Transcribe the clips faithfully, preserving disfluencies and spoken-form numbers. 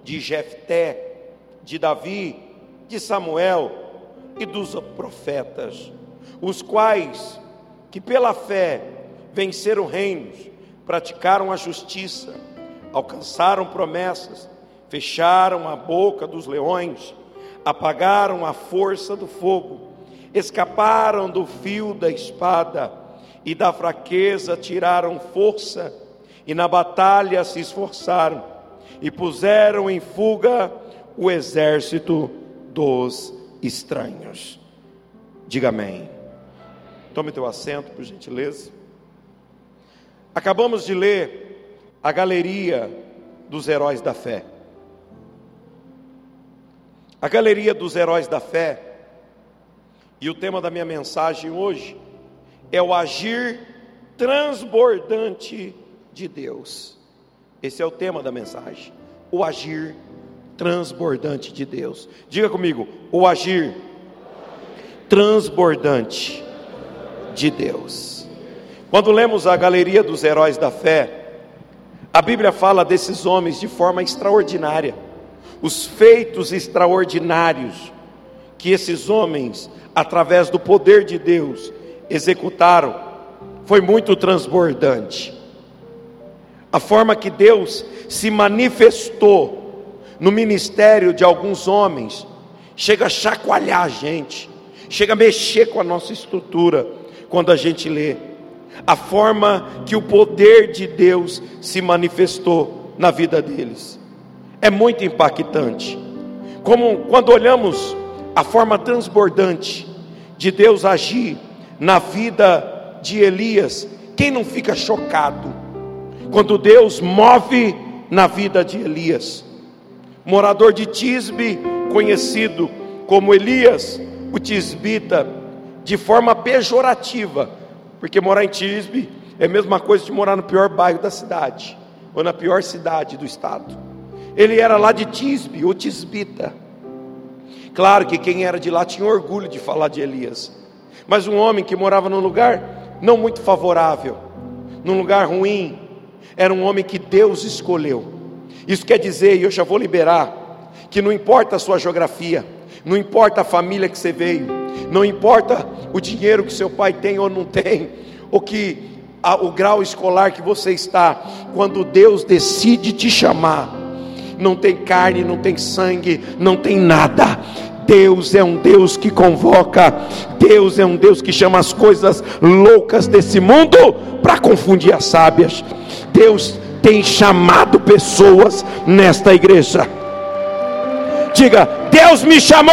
de Jefté, de Davi, de Samuel e dos profetas, os quais que pela fé venceram reinos, praticaram a justiça, alcançaram promessas, fecharam a boca dos leões, apagaram a força do fogo, escaparam do fio da espada, e da fraqueza tiraram força, e na batalha se esforçaram, e puseram em fuga o exército dos estranhos. Diga amém. Tome teu assento, por gentileza. Acabamos de ler a galeria dos heróis da fé. A galeria dos heróis da fé, e o tema da minha mensagem hoje é o agir transbordante de Deus. Esse é o tema da mensagem, o agir transbordante de Deus. Diga comigo, o agir transbordante de Deus. Quando lemos a galeria dos heróis da fé, a Bíblia fala desses homens de forma extraordinária, os feitos extraordinários que esses homens, através do poder de Deus, executaram, foi muito transbordante. A forma que Deus se manifestou no ministério de alguns homens, chega a chacoalhar a gente, chega a mexer com a nossa estrutura, quando a gente lê a forma que o poder de Deus se manifestou na vida deles. É muito impactante, como quando olhamos a forma transbordante de Deus agir na vida de Elias. Quem não fica chocado quando Deus move na vida de Elias? Morador de Tisbe, conhecido como Elias, o tisbita, de forma pejorativa, porque morar em Tisbe é a mesma coisa de morar no pior bairro da cidade, ou na pior cidade do estado. Ele era lá de Tisbe, o tisbita. Claro que quem era de lá tinha orgulho de falar de Elias, mas um homem que morava num lugar não muito favorável, num lugar ruim, era um homem que Deus escolheu. Isso quer dizer, e eu já vou liberar, que não importa a sua geografia, não importa a família que você veio, não importa o dinheiro que seu pai tem ou não tem, ou que a, o grau escolar que você está, quando Deus decide te chamar, não tem carne, não tem sangue, não tem nada. Deus é um Deus que convoca, Deus é um Deus que chama as coisas loucas desse mundo para confundir as sábias. Deus tem chamado pessoas nesta igreja. Diga, Deus me chamou.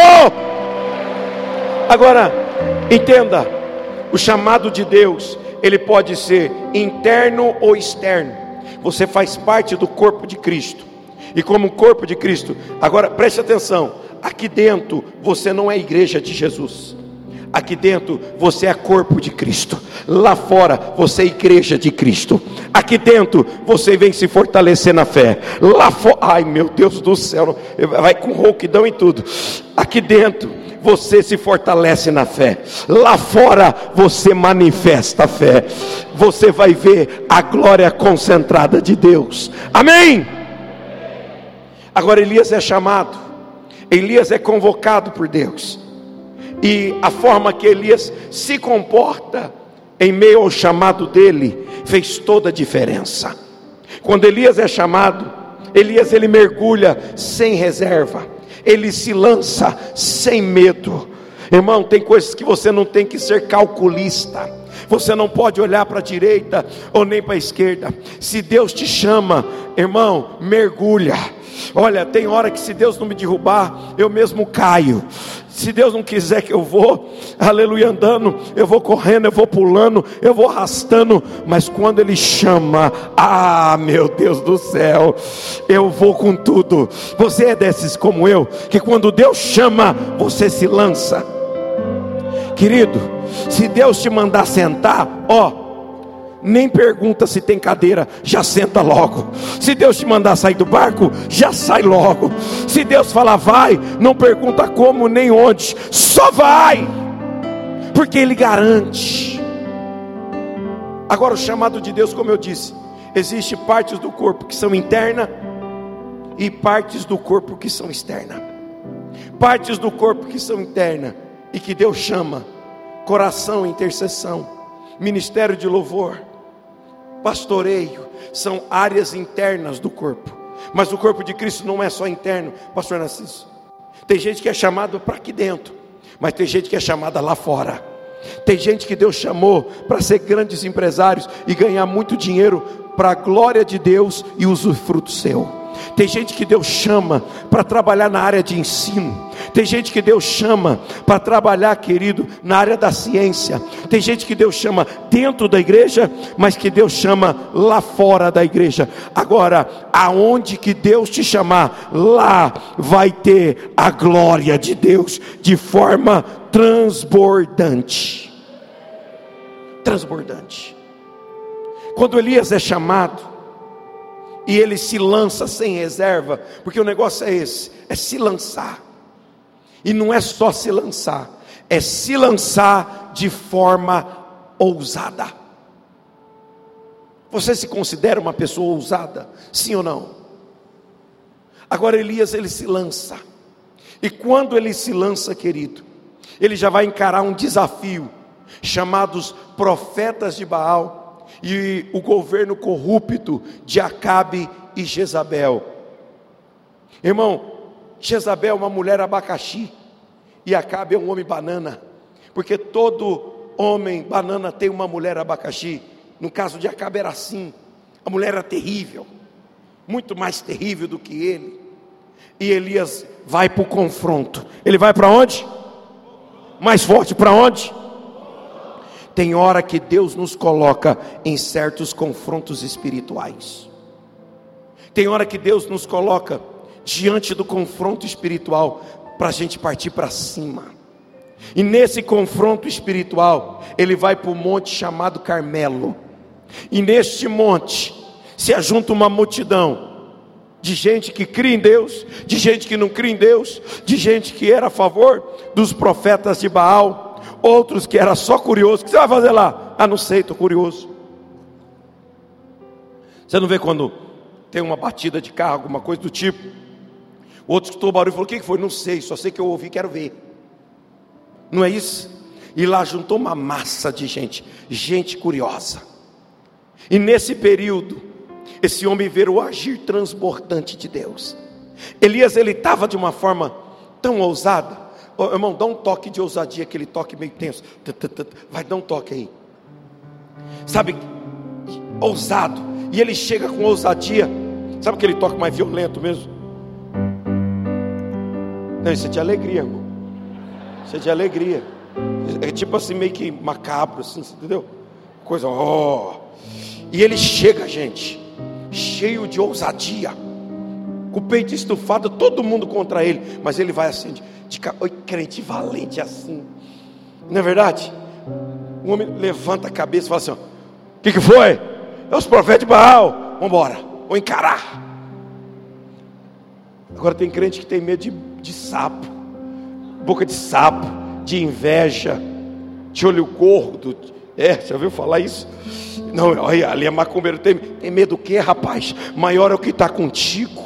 Agora, entenda, o chamado de Deus, ele pode ser interno ou externo. Você faz parte do corpo de Cristo, e como corpo de Cristo, agora preste atenção, aqui dentro você não é igreja de Jesus, aqui dentro você é corpo de Cristo, lá fora você é igreja de Cristo. Aqui dentro você vem se fortalecer na fé, lá fora, ai meu Deus do céu, vai com rouquidão e tudo. Aqui dentro você se fortalece na fé, lá fora você manifesta a fé, você vai ver a glória concentrada de Deus, amém? Agora Elias é chamado, Elias é convocado por Deus, e a forma que Elias se comporta em meio ao chamado dele, fez toda a diferença. Quando Elias é chamado, Elias ele mergulha sem reserva, ele se lança sem medo. Irmão, tem coisas que você não tem que ser calculista, você não pode olhar para a direita ou nem para a esquerda. Se Deus te chama, irmão, mergulha. Olha, tem hora que se Deus não me derrubar, eu mesmo caio. Se Deus não quiser que eu vou, aleluia, andando, eu vou correndo, eu vou pulando, eu vou arrastando, mas quando Ele chama, ah, meu Deus do céu, eu vou com tudo. Você é desses como eu, que quando Deus chama, você se lança. Querido, se Deus te mandar sentar, ó, nem pergunta se tem cadeira, já senta logo. Se Deus te mandar sair do barco, já sai logo. Se Deus falar vai, não pergunta como nem onde, só vai, porque Ele garante. Agora o chamado de Deus, como eu disse, existe partes do corpo que são interna e partes do corpo que são externas. Partes do corpo que são internas e que Deus chama: coração, intercessão, ministério de louvor, pastoreio, são áreas internas do corpo. Mas o corpo de Cristo não é só interno, pastor Narciso. Tem gente que é chamado para aqui dentro, mas tem gente que é chamada lá fora. Tem gente que Deus chamou para ser grandes empresários e ganhar muito dinheiro para a glória de Deus e usufruto seu. Tem gente que Deus chama para trabalhar na área de ensino. Tem gente que Deus chama para trabalhar, querido, na área da ciência. Tem gente que Deus chama dentro da igreja, mas que Deus chama lá fora da igreja. Agora, aonde que Deus te chamar, lá vai ter a glória de Deus de forma transbordante. Transbordante. Quando Elias é chamado e ele se lança sem reserva, porque o negócio é esse, é se lançar. E não é só se lançar, é se lançar de forma ousada. Você se considera uma pessoa ousada? Sim ou não? Agora Elias, ele se lança. E quando ele se lança, querido, ele já vai encarar um desafio, chamados profetas de Baal, e o governo corrupto de Acabe e Jezabel. Irmão, Jezabel é uma mulher abacaxi, e Acabe é um homem banana, porque todo homem banana tem uma mulher abacaxi. No caso de Acabe era assim, a mulher era terrível, muito mais terrível do que ele. E Elias vai para o confronto. Ele vai para onde? Mais forte, para onde? Tem hora que Deus nos coloca em certos confrontos espirituais. Tem hora que Deus nos coloca diante do confronto espiritual para a gente partir para cima. E nesse confronto espiritual, ele vai para o monte chamado Carmelo. E neste monte se ajunta uma multidão de gente que cria em Deus, de gente que não cria em Deus, de gente que era a favor dos profetas de Baal, outros que era só curioso. O que você vai fazer lá? Ah, não sei, estou curioso. Você não vê quando tem uma batida de carro, alguma coisa do tipo, o outro escutou o barulho e falou: o que foi? Não sei, só sei que eu ouvi, quero ver. Não é isso? E lá juntou uma massa de gente, gente curiosa. E nesse período, esse homem vê o agir transbordante de Deus. Elias, ele estava de uma forma tão ousada. Oh, irmão, dá um toque de ousadia, aquele toque meio tenso. Vai dar um toque aí. Sabe, ousado. E ele chega com ousadia. Sabe aquele toque mais violento mesmo? Não, isso é de alegria, irmão. Isso é de alegria. É tipo assim, meio que macabro, assim, entendeu? Coisa, ó. Oh. E ele chega, gente, cheio de ousadia, com o peito estufado, todo mundo contra ele. Mas ele vai assim, de, de oi, crente valente assim. Não é verdade? O homem levanta a cabeça e fala assim: o que, que foi? É os profetas de Baal. Vamos embora, vou encarar. Agora tem crente que tem medo de, de sapo, boca de sapo, de inveja, de olho gordo. É, já ouviu falar isso? Não, olha, ali é macumbeiro. Tem, tem medo do que, rapaz? Maior é o que está contigo.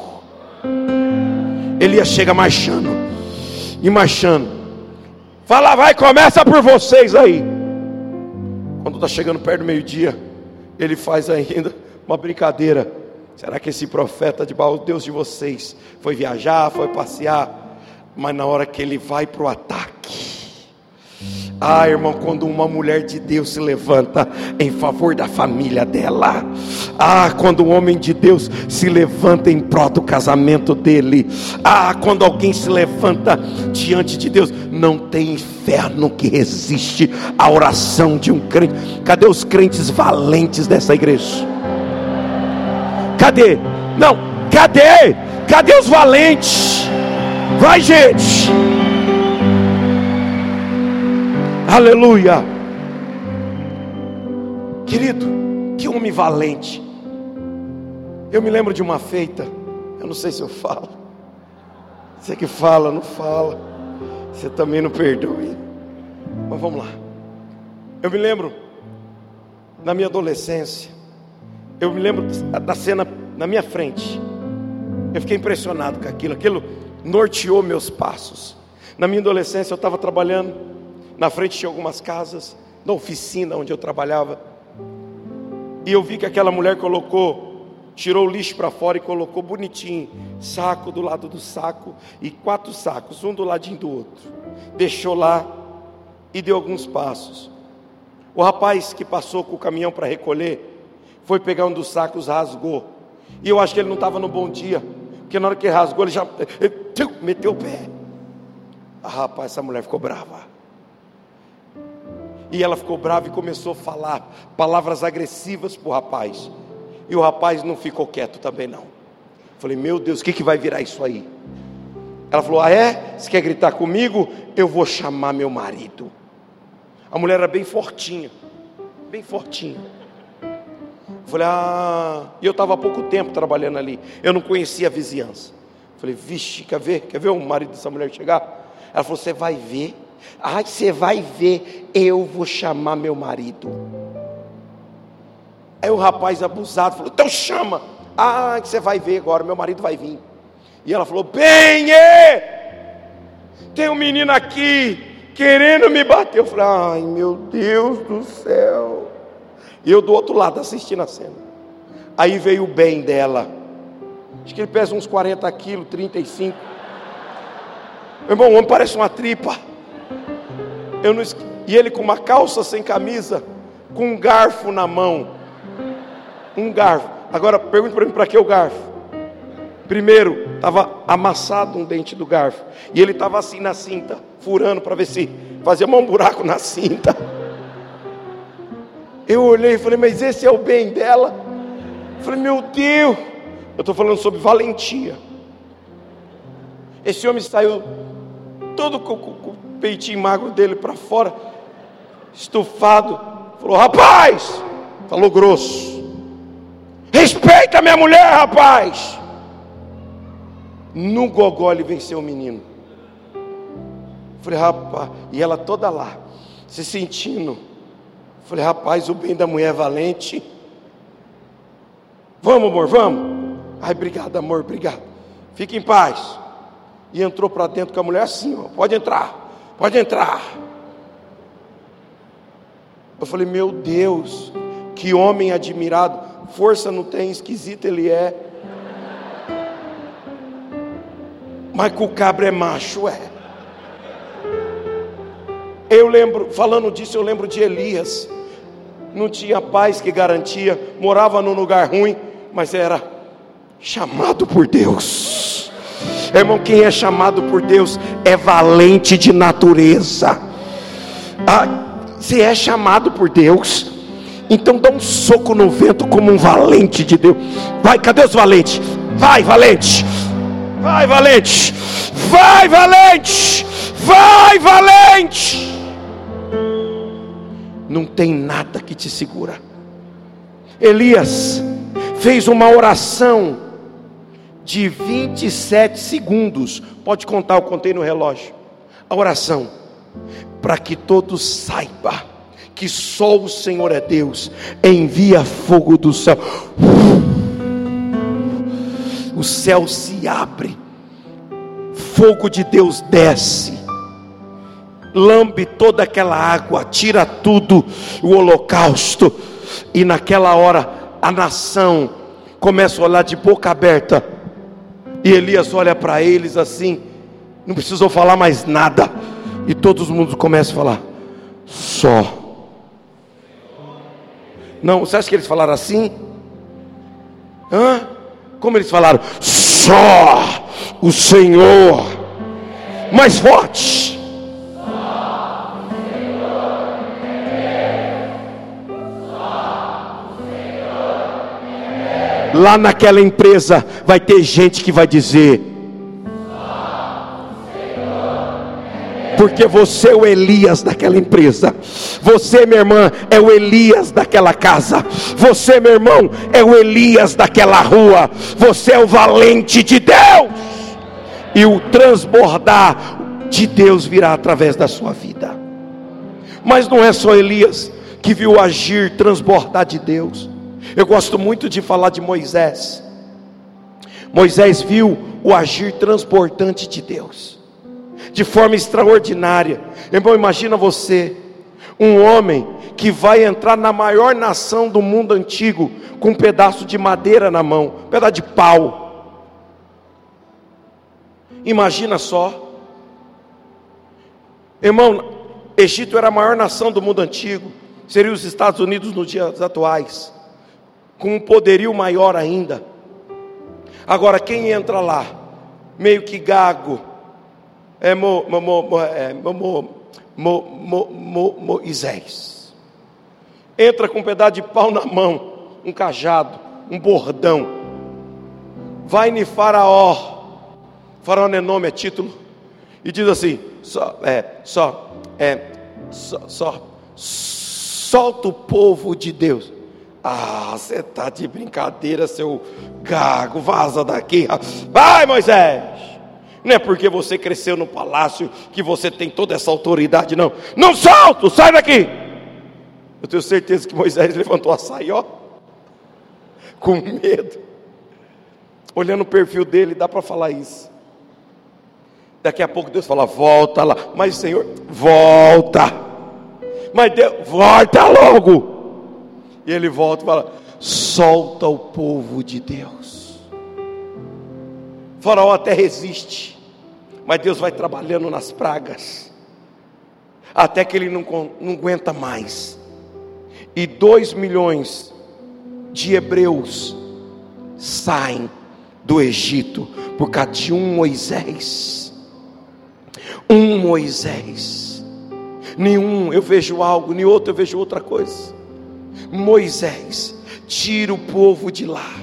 Elias chega marchando, e marchando. Fala, vai, começa por vocês aí. Quando está chegando perto do meio-dia, ele faz ainda uma brincadeira. Será que esse profeta de Baal, Deus de vocês, foi viajar, foi passear? Mas na hora que ele vai para o ataque, ah, irmão, quando uma mulher de Deus se levanta em favor da família dela, ah, quando um homem de Deus se levanta em prol do casamento dele, ah, quando alguém se levanta diante de Deus, não tem inferno que resiste à oração de um crente. Cadê os crentes valentes dessa igreja? Cadê? Não, cadê? Cadê os valentes? Vai, gente! Aleluia! Querido, que homem valente. Eu me lembro de uma feita, eu não sei se eu falo. Você que fala, não fala. Você também não perdoe. Mas vamos lá. Eu me lembro, na minha adolescência, eu me lembro da cena na minha frente. Eu fiquei impressionado com aquilo, aquilo norteou meus passos. Na minha adolescência eu estava trabalhando, na frente tinha algumas casas, na oficina onde eu trabalhava, e eu vi que aquela mulher colocou, tirou o lixo para fora e colocou bonitinho, saco do lado do saco, e quatro sacos, um do ladinho do outro, deixou lá e deu alguns passos. O rapaz que passou com o caminhão para recolher, foi pegar um dos sacos, rasgou, e eu acho que ele não estava no bom dia, porque na hora que rasgou, ele já ele, meteu o pé. Ah, rapaz, essa mulher ficou brava. E ela ficou brava e começou a falar palavras agressivas para o rapaz. E o rapaz não ficou quieto também não. Falei, meu Deus, o que, que vai virar isso aí? Ela falou, ah é? Você quer gritar comigo? Eu vou chamar meu marido. A mulher era bem fortinha. Bem fortinha. Falei, ah... E eu estava há pouco tempo trabalhando ali. Eu não conhecia a vizinhança. Falei, vixe, quer ver? Quer ver o marido dessa mulher chegar? Ela falou, você vai ver. Ai, você vai ver. Eu vou chamar meu marido. Aí o rapaz abusado falou, então chama. Ah, você vai ver agora, meu marido vai vir. E ela falou, bem, tem um menino aqui querendo me bater. Eu falei, ai meu Deus do céu. E eu do outro lado assistindo a cena. Aí veio o bem dela. Acho que ele pesa uns quarenta quilos, trinta e cinco. Meu irmão, o homem parece uma tripa. Eu não... E ele com uma calça sem camisa, com um garfo na mão. Um garfo. Agora pergunta para mim, para que o garfo? Primeiro, estava amassado um dente do garfo. E ele estava assim na cinta, furando para ver se fazia um buraco na cinta. Eu olhei e falei, mas esse é o bem dela? Eu falei, meu Deus. Eu estou falando sobre valentia. Esse homem saiu todo com, com, com o peitinho magro dele para fora, estufado. Falou, rapaz, falou grosso, respeita a minha mulher, rapaz. No gogó ele venceu o menino. Falei, rapaz, e ela toda lá, se sentindo. Falei, rapaz, o bem da mulher é valente. Vamos, amor, vamos. Ai, obrigado, amor, obrigado. Fique em paz. E entrou para dentro com a mulher assim, ó, pode entrar, pode entrar. Eu falei, meu Deus, que homem admirado. Força não tem, esquisito ele é. Mas que o cabra é macho, é. Eu lembro, falando disso, eu lembro de Elias. Não tinha paz que garantia, morava num lugar ruim, mas era chamado por Deus. Irmão, quem é chamado por Deus é valente de natureza. Ah, você é chamado por Deus, então dá um soco no vento como um valente de Deus. Vai, cadê os valentes? Vai, valente. Vai, valente. Vai, valente. Vai, valente. Não tem nada que te segura. Elias fez uma oração de vinte e sete segundos. Pode contar, eu contei no relógio. A oração, para que todos saibam que só o Senhor é Deus. Envia fogo do céu. O céu se abre, fogo de Deus desce, lambe toda aquela água, tira tudo, o holocausto. E naquela hora a nação começa a olhar de boca aberta. E Elias olha para eles assim, não precisou falar mais nada. E todo mundo começa a falar, só. Não, você acha que eles falaram assim? Hã? Como eles falaram? Só o Senhor. Mais forte. Só o Senhor é Deus. Só o Senhor é Deus. Lá naquela empresa vai ter gente que vai dizer, porque você é o Elias daquela empresa. Você, minha irmã, é o Elias daquela casa. Você, meu irmão, é o Elias daquela rua. Você é o valente de Deus. E o transbordar de Deus virá através da sua vida. Mas não é só Elias que viu agir, transbordar de Deus. Eu gosto muito de falar de Moisés. Moisés viu o agir transbordante de Deus, de forma extraordinária. Irmão, imagina você, um homem que vai entrar na maior nação do mundo antigo, com um pedaço de madeira na mão, um pedaço de pau. Imagina só. Irmão, Egito era a maior nação do mundo antigo, seria os Estados Unidos nos dias atuais, com um poderio maior ainda. Agora quem entra lá, meio que gago, é Mo, mo, mo, é, mo, mo, mo, mo, mo, Moisés, entra com um pedaço de pau na mão, um cajado, um bordão, vai em Faraó, Faraó não é nome, é título, e diz assim, só, é, só, é, só, só, solta o povo de Deus. Ah, você está de brincadeira, seu gago, vaza daqui, vai Moisés. Não é porque você cresceu no palácio que você tem toda essa autoridade, não. Não solto, sai daqui. Eu tenho certeza que Moisés levantou a saia, ó, com medo. Olhando o perfil dele, dá para falar isso. Daqui a pouco Deus fala, volta lá. Mas Senhor, volta. Mas Deus, volta logo. E ele volta e fala, solta o povo de Deus. Faraó até resiste, mas Deus vai trabalhando nas pragas, até que ele não, não aguenta mais. E dois milhões de hebreus saem do Egito, por causa de um Moisés. Um Moisés. Nenhum eu vejo algo, nem outro eu vejo outra coisa. Moisés tira o povo de lá.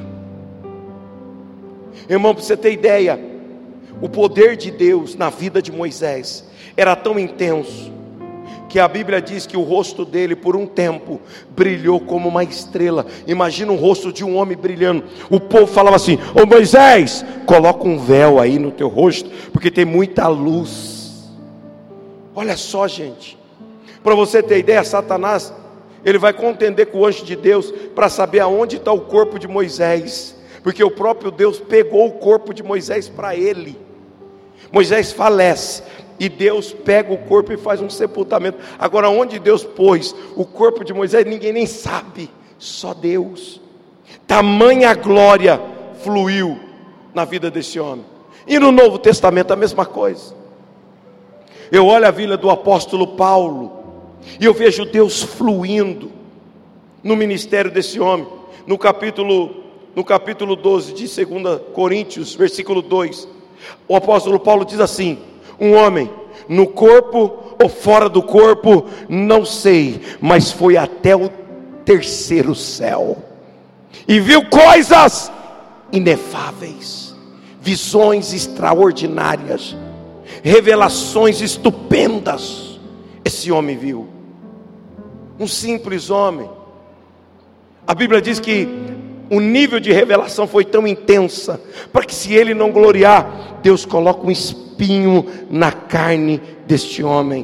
Irmão, para você ter ideia, o poder de Deus na vida de Moisés era tão intenso, que a Bíblia diz que o rosto dele por um tempo brilhou como uma estrela. Imagina o rosto de um homem brilhando. O povo falava assim, ô Moisés, coloca um véu aí no teu rosto, porque tem muita luz. Olha só, gente, para você ter ideia, Satanás, ele vai contender com o anjo de Deus, para saber aonde está o corpo de Moisés, porque o próprio Deus pegou o corpo de Moisés para ele. Moisés falece, e Deus pega o corpo e faz um sepultamento. Agora onde Deus pôs o corpo de Moisés, ninguém nem sabe, só Deus. Tamanha glória fluiu na vida desse homem. E no Novo Testamento a mesma coisa. Eu olho a vida do apóstolo Paulo, e eu vejo Deus fluindo no ministério desse homem. No capítulo, no capítulo doze de dois Coríntios, versículo dois, o apóstolo Paulo diz assim, um homem no corpo ou fora do corpo, não sei, mas foi até o terceiro céu, e viu coisas inefáveis, visões extraordinárias, revelações estupendas. Esse homem viu, um simples homem. A Bíblia diz que o nível de revelação foi tão intensa, para que se ele não gloriar, Deus coloca um espinho na carne deste homem.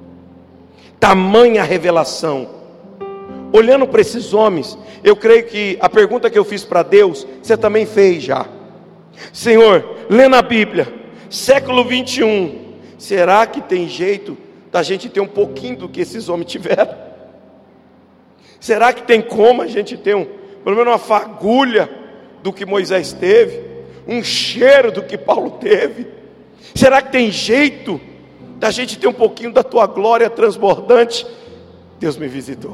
Tamanha revelação. Olhando para esses homens, eu creio que a pergunta que eu fiz para Deus, você também fez já. Senhor, lendo a Bíblia, século vinte e um, será que tem jeito da gente ter um pouquinho do que esses homens tiveram? Será que tem como a gente ter um, pelo menos uma fagulha do que Moisés teve, um cheiro do que Paulo teve? Será que tem jeito da gente ter um pouquinho da tua glória transbordante? Deus me visitou.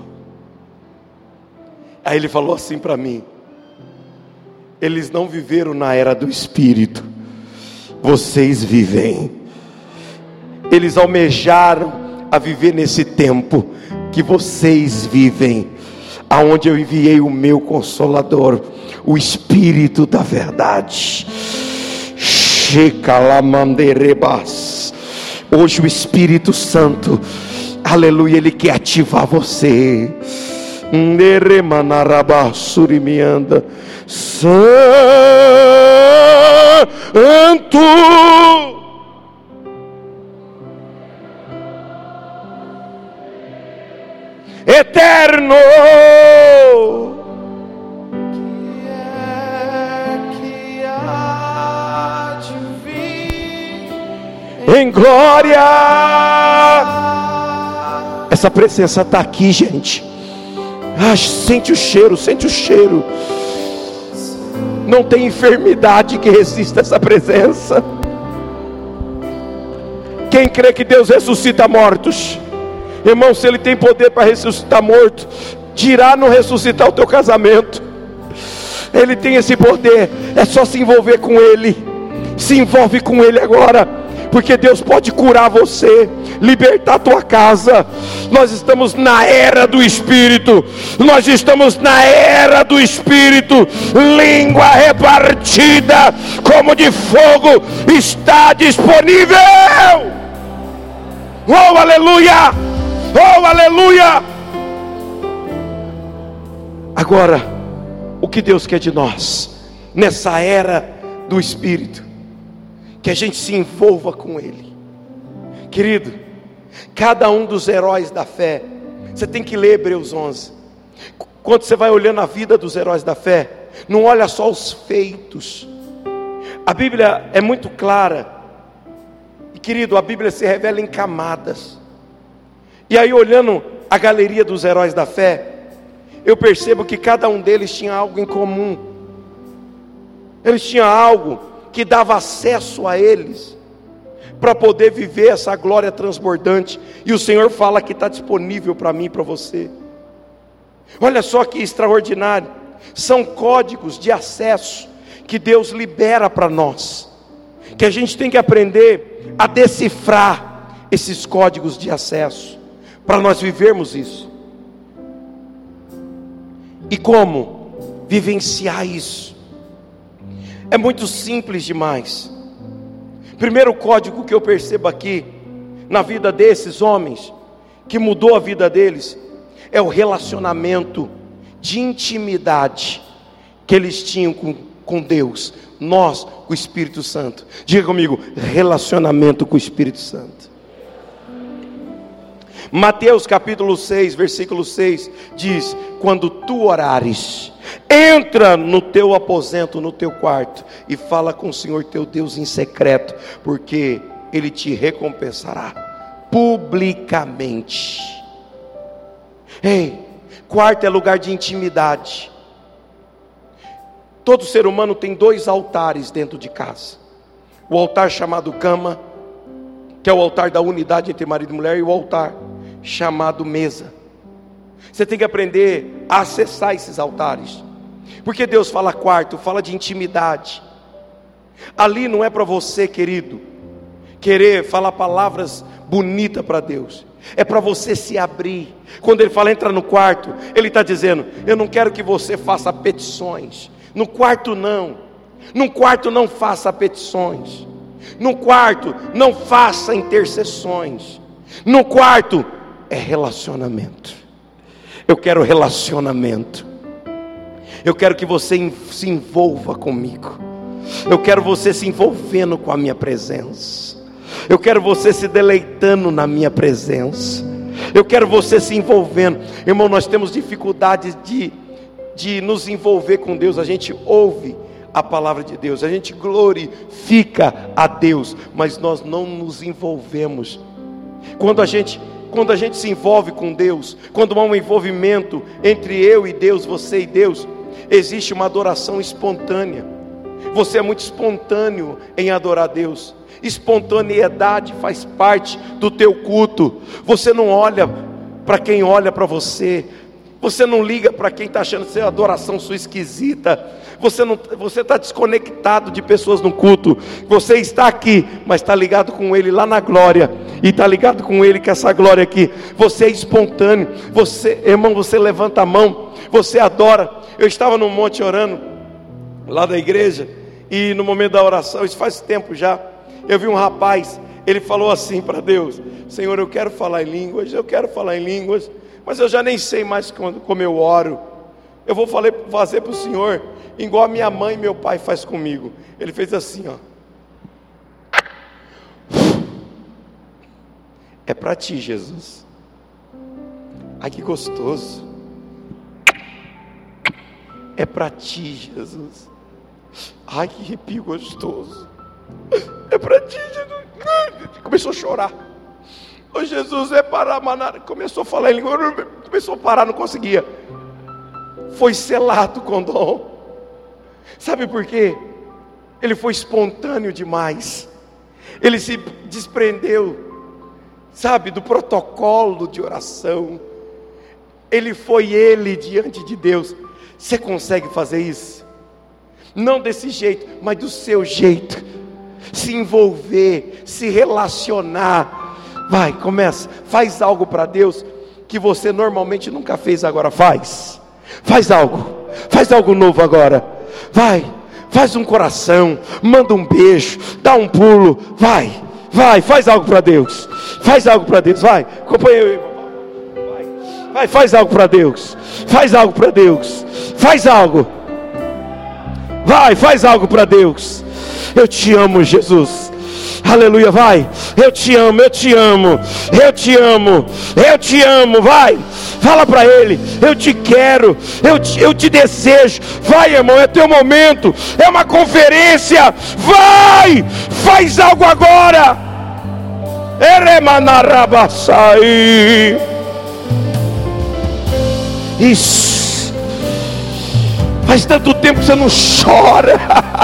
Aí ele falou assim para mim, eles não viveram na era do Espírito, vocês vivem. Eles almejaram a viver nesse tempo que vocês vivem, aonde eu enviei o meu Consolador, o Espírito da verdade. Hoje o Espírito Santo, aleluia, ele quer ativar você. Santo, eterno, que é que há em glória. Essa presença está aqui, gente. Ah, sente o cheiro, sente o cheiro. Não tem enfermidade que resista essa presença. Quem crê que Deus ressuscita mortos, irmão, se Ele tem poder para ressuscitar morto, dirá não ressuscitar o teu casamento. Ele tem esse poder, é só se envolver com Ele. Se envolve com Ele agora, porque Deus pode curar você, libertar a tua casa. Nós estamos na era do Espírito. Nós estamos na era do Espírito. Língua repartida como de fogo está disponível. Oh, aleluia! Oh, aleluia! Agora, o que Deus quer de nós nessa era do Espírito? Que a gente se envolva com Ele. Querido, cada um dos heróis da fé, você tem que ler Hebreus onze. Quando você vai olhando a vida dos heróis da fé, não olha só os feitos. A Bíblia é muito clara. E querido, a Bíblia se revela em camadas. E aí, olhando a galeria dos heróis da fé, eu percebo que cada um deles tinha algo em comum. Eles tinham algo que dava acesso a eles para poder viver essa glória transbordante. E o Senhor fala que está disponível para mim e para você. Olha só que extraordinário. São códigos de acesso que Deus libera para nós, que a gente tem que aprender a decifrar esses códigos de acesso, para nós vivermos isso. E como vivenciar isso? É muito simples demais. Primeiro código que eu percebo aqui na vida desses homens, que mudou a vida deles, é o relacionamento de intimidade que eles tinham com, com Deus, nós com o Espírito Santo. Diga comigo, relacionamento com o Espírito Santo. Mateus capítulo seis, versículo seis diz: quando tu orares, entra no teu aposento, no teu quarto, e fala com o Senhor teu Deus em secreto, porque Ele te recompensará publicamente. Ei, quarto é lugar de intimidade. Todo ser humano tem dois altares dentro de casa: o altar chamado cama, que é o altar da unidade entre marido e mulher, e o altar chamado mesa. Você tem que aprender a acessar esses altares, porque Deus fala quarto, fala de intimidade. Ali não é para você, querido, querer falar palavras bonitas para Deus, é para você se abrir. Quando Ele fala entra no quarto, Ele está dizendo: eu não quero que você faça petições. No quarto não, no quarto não faça petições, no quarto não faça intercessões, no quarto é relacionamento. Eu quero relacionamento. Eu quero que você se envolva comigo. Eu quero você se envolvendo com a minha presença. Eu quero você se deleitando na minha presença. Eu quero você se envolvendo. Irmão, nós temos dificuldades de, de nos envolver com Deus. A gente ouve a palavra de Deus, a gente glorifica a Deus, mas nós não nos envolvemos. Quando a gente Quando a gente se envolve com Deus, quando há um envolvimento entre eu e Deus, você e Deus, existe uma adoração espontânea. Você é muito espontâneo em adorar Deus. Espontaneidade faz parte do teu culto. Você não olha para quem olha para você. Você não liga para quem está achando que a adoração sua esquisita. Você não, você está desconectado de pessoas no culto. Você está aqui, mas está ligado com Ele lá na glória. E está ligado com Ele com essa glória aqui. Você é espontâneo. Você, irmão, você levanta a mão. Você adora. Eu estava no monte orando, lá da igreja. E no momento da oração, isso faz tempo já, eu vi um rapaz. Ele falou assim para Deus: Senhor, eu quero falar em línguas. Eu quero falar em línguas, mas eu já nem sei mais como, como eu oro. Eu vou fazer para o Senhor igual a minha mãe e meu pai faz comigo. Ele fez assim, ó. É para ti, Jesus. Ai, que gostoso. É para ti, Jesus. Ai, que arrepio gostoso. É para ti, Jesus. começou a chorar. Ô Jesus, é parar, maná. Começou a falar em língua, começou a parar, não conseguia. Foi selado com dom. Sabe por quê? Ele foi espontâneo demais. Ele se desprendeu, sabe, do protocolo de oração. Ele foi ele diante de Deus. Você consegue fazer isso? Não desse jeito, mas do seu jeito. Se envolver, se relacionar. Vai, começa, faz algo para Deus que você normalmente nunca fez, agora faz. Faz algo, faz algo novo agora. Vai, faz um coração, manda um beijo, dá um pulo, vai, vai, faz algo para Deus. Faz algo para Deus, vai, companheiro, vai, vai, faz algo para Deus. Faz algo para Deus. Faz algo. Vai, faz algo para Deus. Eu te amo, Jesus. Aleluia, vai. Eu te amo, eu te amo. Eu te amo. Eu te amo, vai. Fala para Ele. Eu te quero. Eu te, eu te desejo. Vai, irmão, é teu momento. É uma conferência. Vai. Faz algo agora. Eremanarabassai. Isso. Faz tanto tempo que você não chora.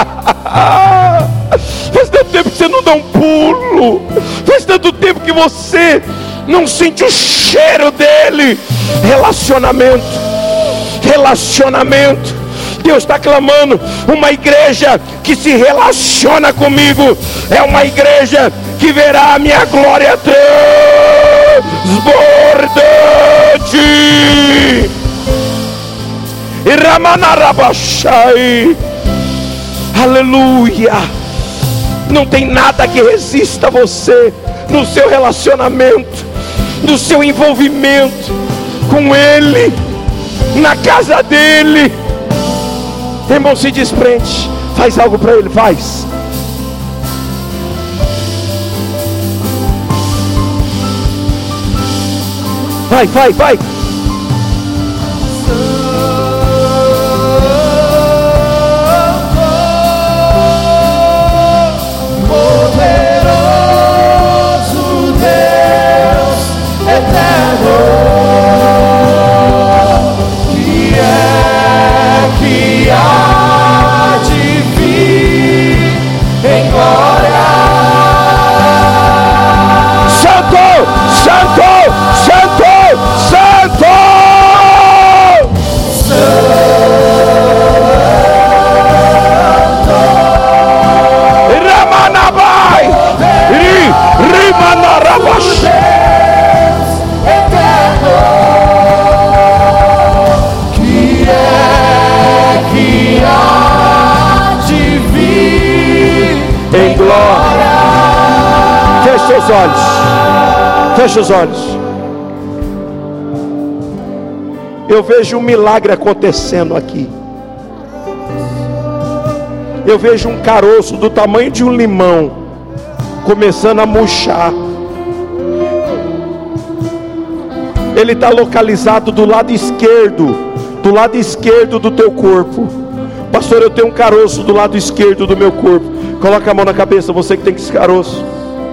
Faz tanto tempo que você não dá um pulo. Faz tanto tempo que você não sente o cheiro dele. Relacionamento. Relacionamento. Deus está clamando. Uma igreja que se relaciona comigo é uma igreja que verá a minha glória transbordante. E Ramanarabashai. Aleluia. Não tem nada que resista a você no seu relacionamento, no seu envolvimento com Ele, na casa dEle. Irmão, se desprende. Faz algo para Ele, faz. Vai, vai, vai. Feche os olhos. Feche os olhos. Eu vejo um milagre acontecendo aqui. Eu vejo um caroço do tamanho de um limão começando a murchar. Ele está localizado do lado esquerdo, do lado esquerdo do teu corpo. Pastor, eu tenho um caroço do lado esquerdo do meu corpo. Coloca a mão na cabeça, você que tem esse caroço.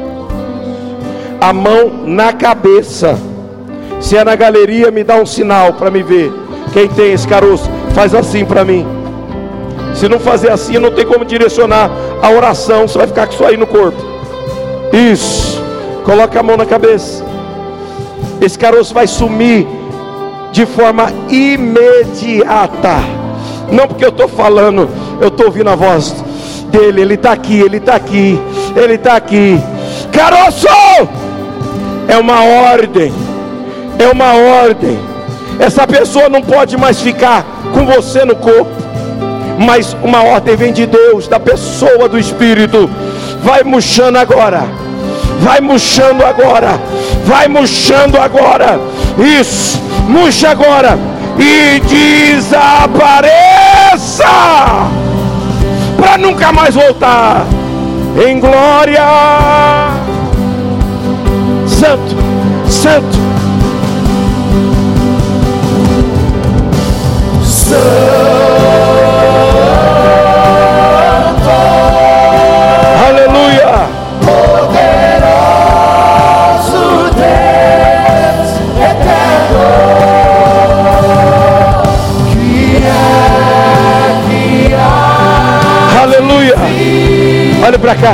A mão na cabeça. Se é na galeria, me dá um sinal para me ver. Quem tem esse caroço, faz assim para mim. Se não fazer assim, não tem como direcionar a oração. Você vai ficar com isso aí no corpo. Isso. Coloca a mão na cabeça. Esse caroço vai sumir de forma imediata. Não porque eu estou falando, eu estou ouvindo a voz dele. Ele está aqui, ele está aqui, ele está aqui. Caroço! É uma ordem. É uma ordem. Essa pessoa não pode mais ficar com você no corpo, mas uma ordem vem de Deus, da pessoa, do Espírito. Vai murchando agora. Vai murchando agora. Vai murchando agora. Isso. Murcha agora. E desapareça. Para nunca mais voltar. Em glória. Santo. Santo. Aleluia. Poderoso glória.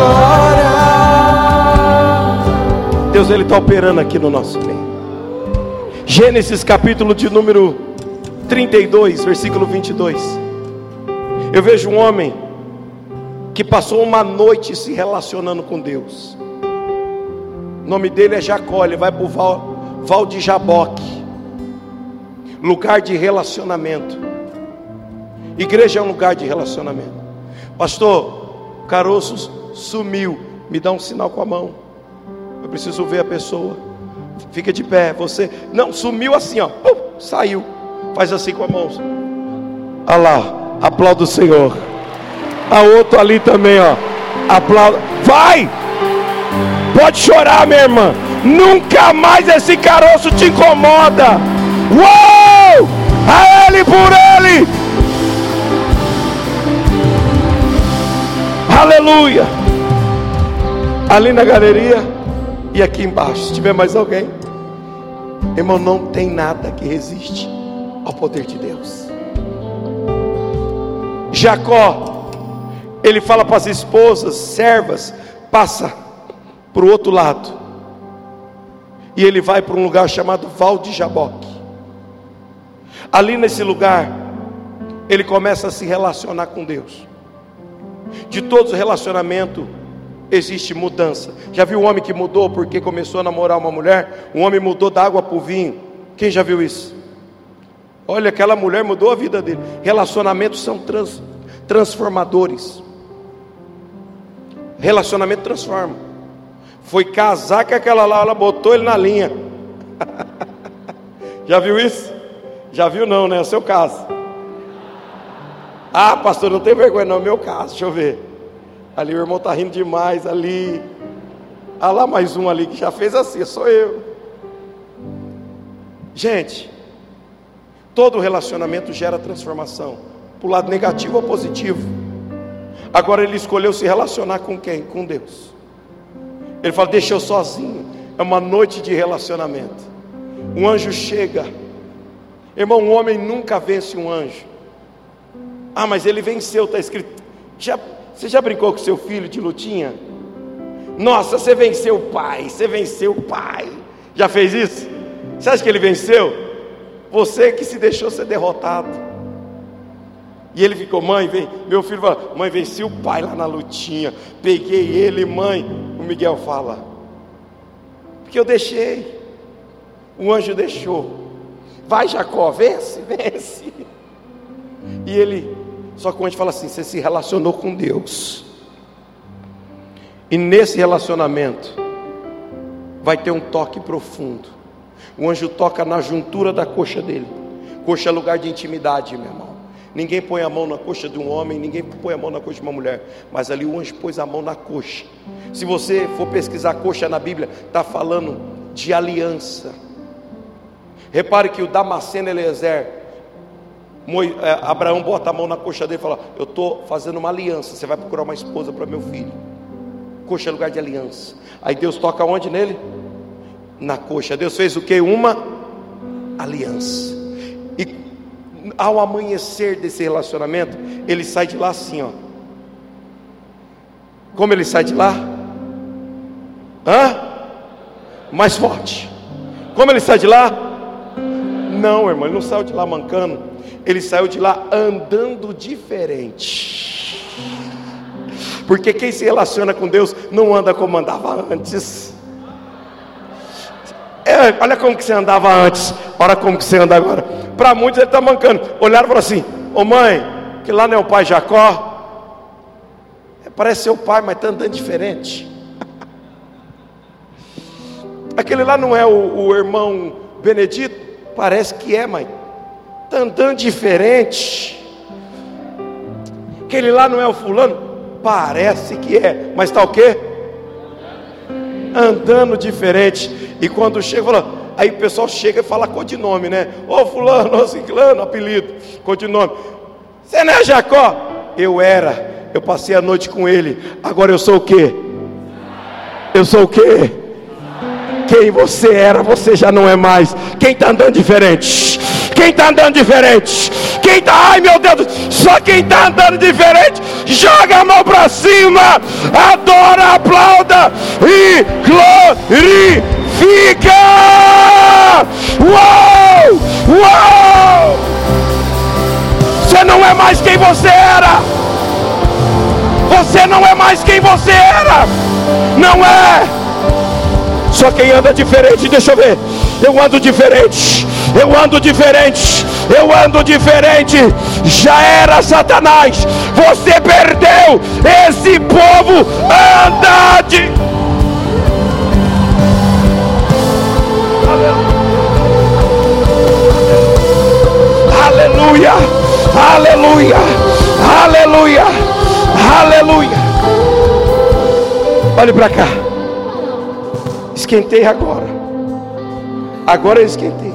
Deus, Ele está operando aqui no nosso meio. Gênesis capítulo de número trinta e dois, versículo vinte e dois. Eu vejo um homem que passou uma noite se relacionando com Deus. O nome dele é Jacó. Ele vai para o Val, Val de Jaboque, lugar de relacionamento. Igreja é um lugar de relacionamento. Pastor, o caroço sumiu. Me dá um sinal com a mão. Eu preciso ver a pessoa. Fica de pé. Você não sumiu assim, ó. Pum, saiu. Faz assim com a mão. Olha lá. Aplauda o Senhor. A outro ali também, ó. Aplauda. Vai! Pode chorar, minha irmã. Nunca mais esse caroço te incomoda. Uou! A Ele por Ele. Aleluia. Ali na galeria e aqui embaixo, se tiver mais alguém, irmão, não tem nada que resiste ao poder de Deus. Jacó, ele fala para as esposas, servas, passa para o outro lado, e ele vai para um lugar chamado Val de Jaboque. Ali nesse lugar, ele começa a se relacionar com Deus. De todos os relacionamentos existe mudança. Já viu um homem que mudou porque começou a namorar uma mulher? Um homem mudou da água para o vinho. Quem já viu isso? Olha, aquela mulher mudou a vida dele. Relacionamentos são trans, transformadores. Relacionamento transforma. Foi casar com aquela lá, ela botou ele na linha. Já viu isso? Já viu não, né? É o seu caso. Ah, pastor, não tem vergonha não, é o meu caso. Deixa eu ver. Ali o irmão está rindo demais, ali. Ah lá, mais um ali que já fez assim, sou eu. Gente, todo relacionamento gera transformação, para o lado negativo ou positivo. Agora ele escolheu se relacionar com quem? Com Deus. Ele fala, deixa eu sozinho. É uma noite de relacionamento. Um anjo chega. Irmão, um homem nunca vence um anjo. Ah, mas ele venceu, está escrito. Já, você já brincou com seu filho de lutinha? Nossa, você venceu o pai, você venceu o pai. Já fez isso? Você acha que ele venceu? Você que se deixou ser derrotado. E ele ficou, mãe, vem. Meu filho fala, mãe, venci o pai lá na lutinha. Peguei ele, mãe. O Miguel fala, porque eu deixei. O anjo deixou. Vai, Jacó, vence, vence. E ele, só que o anjo fala assim, você se relacionou com Deus. E nesse relacionamento vai ter um toque profundo. O anjo toca na juntura da coxa dele. Coxa é lugar de intimidade, meu irmão. Ninguém põe a mão na coxa de um homem, ninguém põe a mão na coxa de uma mulher, mas ali o anjo pôs a mão na coxa. Se você for pesquisar coxa na Bíblia, está falando de aliança. Repare que o Damasceno Eliezer, Abraão bota a mão na coxa dele e fala, eu estou fazendo uma aliança, você vai procurar uma esposa para meu filho. Coxa é lugar de aliança. Aí Deus toca onde nele? Na coxa. Deus fez o que? Uma aliança. E ao amanhecer desse relacionamento, ele sai de lá assim, ó. Como ele sai de lá? Hã? Mais forte. Como ele sai de lá? Não, irmão, ele não saiu de lá mancando. Ele saiu de lá andando diferente. Porque quem se relaciona com Deus não anda como andava antes. É, olha como que você andava antes, olha como que você anda agora. Para muitos ele está mancando. Olharam e falaram assim, ô mãe, que lá não é o pai Jacó? É, parece ser o pai, mas está andando diferente. Aquele lá não é o, o irmão Benedito? Parece que é, mãe. Está andando diferente. Aquele lá não é o fulano? Parece que é, mas está o quê? Andando diferente. E quando chega, fala, aí o pessoal chega e fala codinome, né? Ô fulano, ô ciclano, apelido, codinome. Você não é Jacó? Eu era, eu passei a noite com ele. Agora eu sou o quê? Eu sou o quê? Quem você era, você já não é mais. Quem está andando diferente? Quem está andando diferente? Quem está, ai meu Deus, só quem está andando diferente joga a mão para cima, adora, aplauda e glorifica. Uou! Uou! Você não é mais quem você era. Você não é mais quem você era. Não é. Só quem anda diferente, deixa eu ver. Eu ando diferente. Eu ando diferente. Eu ando diferente. Já era Satanás. Você perdeu. Esse povo anda de... Aleluia. Aleluia. Aleluia. Aleluia. Olhe para cá. Esquentei agora. Agora eu esquentei.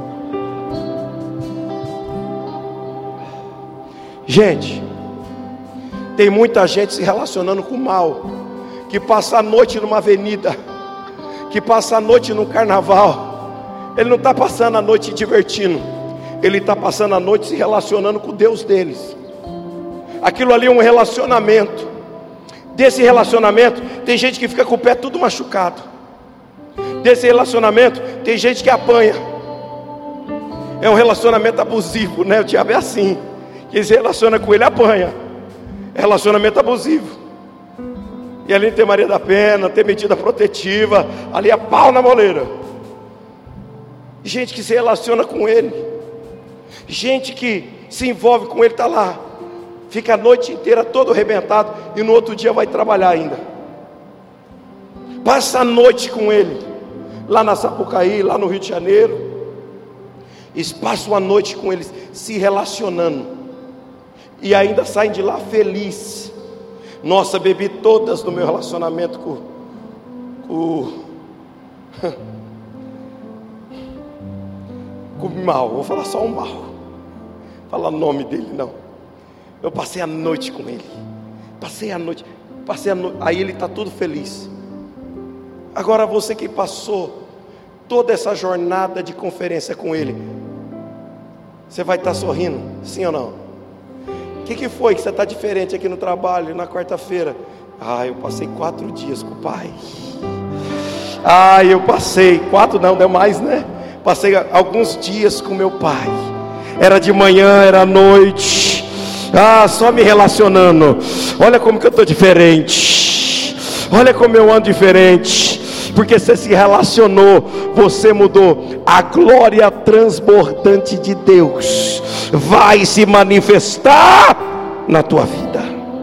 Gente, tem muita gente se relacionando com o mal, que passa a noite numa avenida, que passa a noite num carnaval. Ele não está passando a noite divertindo, ele está passando a noite se relacionando com o Deus deles. Aquilo ali é um relacionamento. Desse relacionamento tem gente que fica com o pé tudo machucado. Desse relacionamento tem gente que apanha. É um relacionamento abusivo, né? O diabo é assim. Quem se relaciona com ele apanha. É relacionamento abusivo. E ali não tem Maria da Pena, tem medida protetiva. Ali é pau na moleira. Gente que se relaciona com ele, gente que se envolve com ele, está lá, fica a noite inteira todo arrebentado e no outro dia vai trabalhar ainda. Passa a noite com ele, lá na Sapucaí, lá no Rio de Janeiro. Eles passam a noite com eles, se relacionando, e ainda saem de lá felizes. Nossa, bebi todas no meu relacionamento com, com, com o mal. Vou falar só o mal, falar o nome dele não. Eu passei a noite com ele, passei a noite, passei a noite, aí ele está todo feliz. Agora você que passou toda essa jornada de conferência com ele, você vai estar sorrindo, sim ou não? O que, que foi que você está diferente aqui no trabalho, na quarta-feira? Ah, eu passei quatro dias com o pai. Ah, eu passei, quatro não, deu mais, né? Passei alguns dias com meu pai. Era de manhã, era à noite. Ah, só me relacionando. Olha como que eu estou diferente. Olha como eu ando diferente. Porque você se relacionou, você mudou. A glória transbordante de Deus vai se manifestar na tua vida.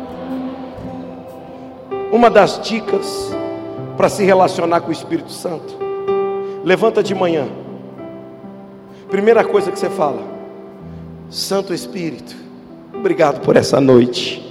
Uma das dicas para se relacionar com o Espírito Santo: levanta de manhã, primeira coisa que você fala: Santo Espírito, obrigado por essa noite.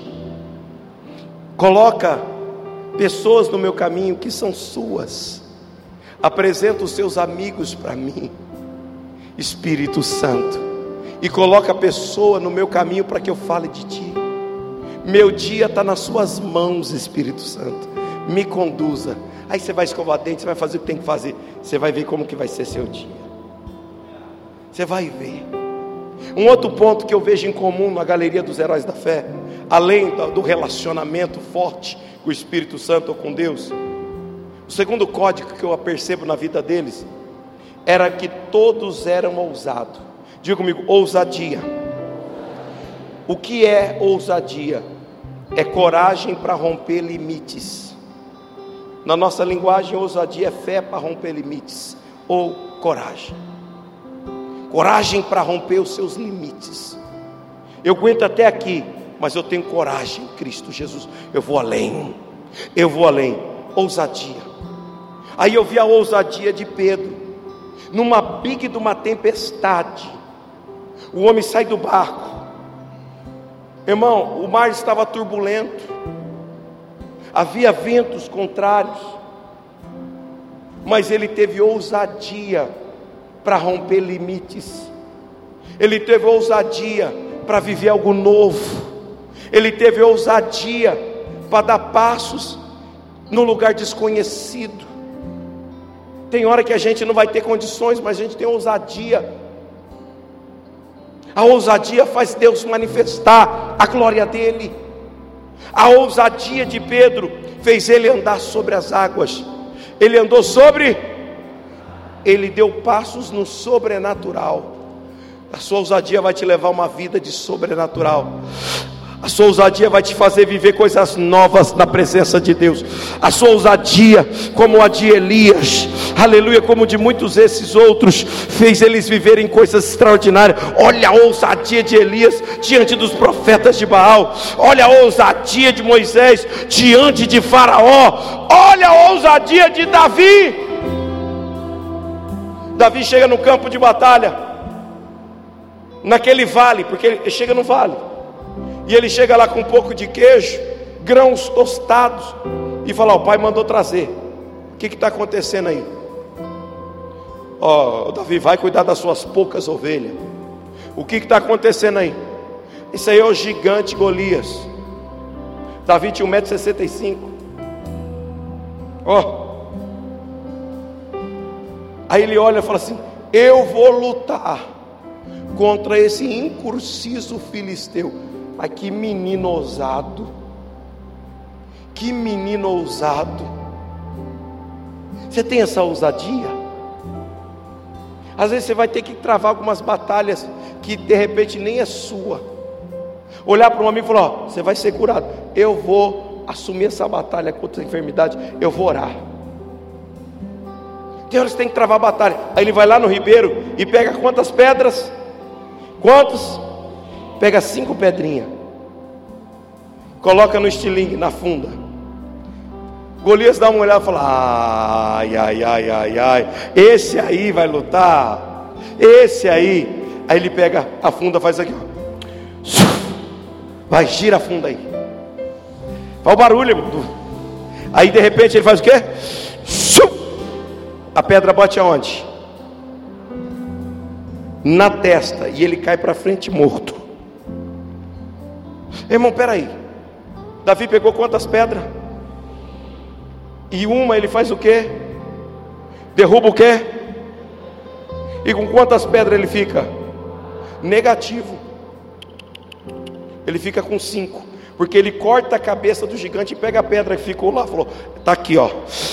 Coloca pessoas no meu caminho que são suas. Apresenta os seus amigos para mim, Espírito Santo, e coloca a pessoa no meu caminho para que eu fale de ti. Meu dia está nas suas mãos, Espírito Santo. Me conduza. Aí você vai escovar dente, você vai fazer o que tem que fazer. Você vai ver como que vai ser seu dia. Você vai ver. Um outro ponto que eu vejo em comum na galeria dos heróis da fé, além do relacionamento forte com o Espírito Santo ou com Deus, o segundo código que eu percebo na vida deles era que todos eram ousados. Diga comigo: ousadia. O que é ousadia? É coragem para romper limites. Na nossa linguagem, ousadia é fé para romper limites, ou coragem. Coragem para romper os seus limites. Eu aguento até aqui, mas eu tenho coragem em Cristo Jesus. Eu vou além. Eu vou além. Ousadia. Aí eu vi a ousadia de Pedro, numa bique de uma tempestade. O homem sai do barco. Irmão, o mar estava turbulento, havia ventos contrários, mas ele teve ousadia para romper limites. Ele teve ousadia para viver algo novo. Ele teve ousadia para dar passos no lugar desconhecido. Tem hora que a gente não vai ter condições, mas a gente tem ousadia. A ousadia faz Deus manifestar a glória dele. A ousadia de Pedro fez ele andar sobre as águas. Ele andou sobre, ele deu passos no sobrenatural. A sua ousadia vai te levar a uma vida de sobrenatural. A sua ousadia vai te fazer viver coisas novas na presença de Deus. A sua ousadia, como a de Elias, aleluia, como de muitos desses outros, fez eles viverem coisas extraordinárias. Olha a ousadia de Elias diante dos profetas de Baal. Olha a ousadia de Moisés diante de Faraó. Olha a ousadia de Davi. Davi chega no campo de batalha, naquele vale, porque ele chega no vale, e ele chega lá com um pouco de queijo, grãos tostados, e fala: ó, o pai mandou trazer. O que está acontecendo aí? Ó, Davi, vai cuidar das suas poucas ovelhas. O que está acontecendo aí? Isso aí é o gigante Golias. Davi tinha um metro e sessenta e cinco. Ó. Aí ele olha e fala assim: eu vou lutar contra esse incursivo filisteu. Mas que menino ousado, que menino ousado. Você tem essa ousadia? Às vezes você vai ter que travar algumas batalhas que de repente nem é sua. Olhar para um amigo e falar: ó, você vai ser curado. Eu vou assumir essa batalha contra a enfermidade, eu vou orar. Tem horas que tem que travar a batalha. Aí ele vai lá no ribeiro e pega quantas pedras? Quantos? Pega cinco pedrinhas, coloca no estilingue, na funda. Golias dá uma olhada e fala: ai, ai, ai, ai, ai, esse aí vai lutar, esse aí. Aí ele pega a funda, faz aqui, ó. Vai, gira a funda aí, faz o barulho, irmão. Aí de repente ele faz o quê? A pedra bate aonde? Na testa, e ele cai para frente morto. Irmão, peraí, Davi pegou quantas pedras? E uma ele faz o quê? Derruba o quê? E com quantas pedras ele fica? Negativo. Ele fica com cinco, porque ele corta a cabeça do gigante e pega a pedra que ficou lá, falou: está aqui, ó.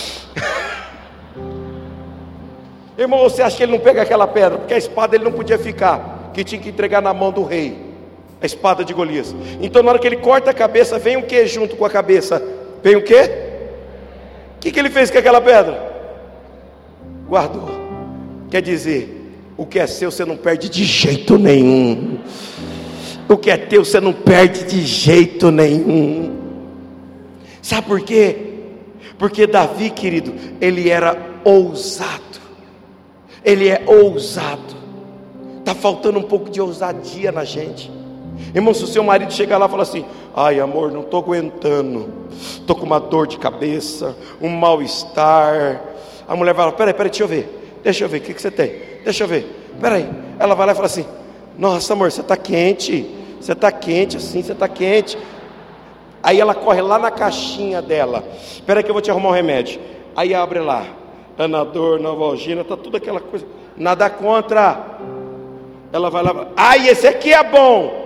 Irmão, você acha que ele não pega aquela pedra? Porque a espada ele não podia ficar, que tinha que entregar na mão do rei, a espada de Golias. Então na hora que ele corta a cabeça, vem o que junto com a cabeça? Vem o que? O que, que ele fez com aquela pedra? Guardou. Quer dizer, o que é seu você não perde de jeito nenhum. O que é teu você não perde de jeito nenhum. Sabe por quê? Porque Davi, querido, ele era ousado. Ele é ousado. Está faltando um pouco de ousadia na gente. Irmão, se o seu marido chegar lá e falar assim: ai amor, não estou aguentando, estou com uma dor de cabeça, um mal-estar. A mulher vai lá: peraí, peraí, deixa eu ver, deixa eu ver, o que, que você tem? Deixa eu ver, peraí. Ela vai lá e fala assim: nossa amor, você está quente, você está quente assim, você está quente. Aí ela corre lá na caixinha dela: peraí que eu vou te arrumar um remédio. Aí abre lá, Anador, Novalgina, está tudo aquela coisa, nada contra. Ela vai lá: ai, esse aqui é bom.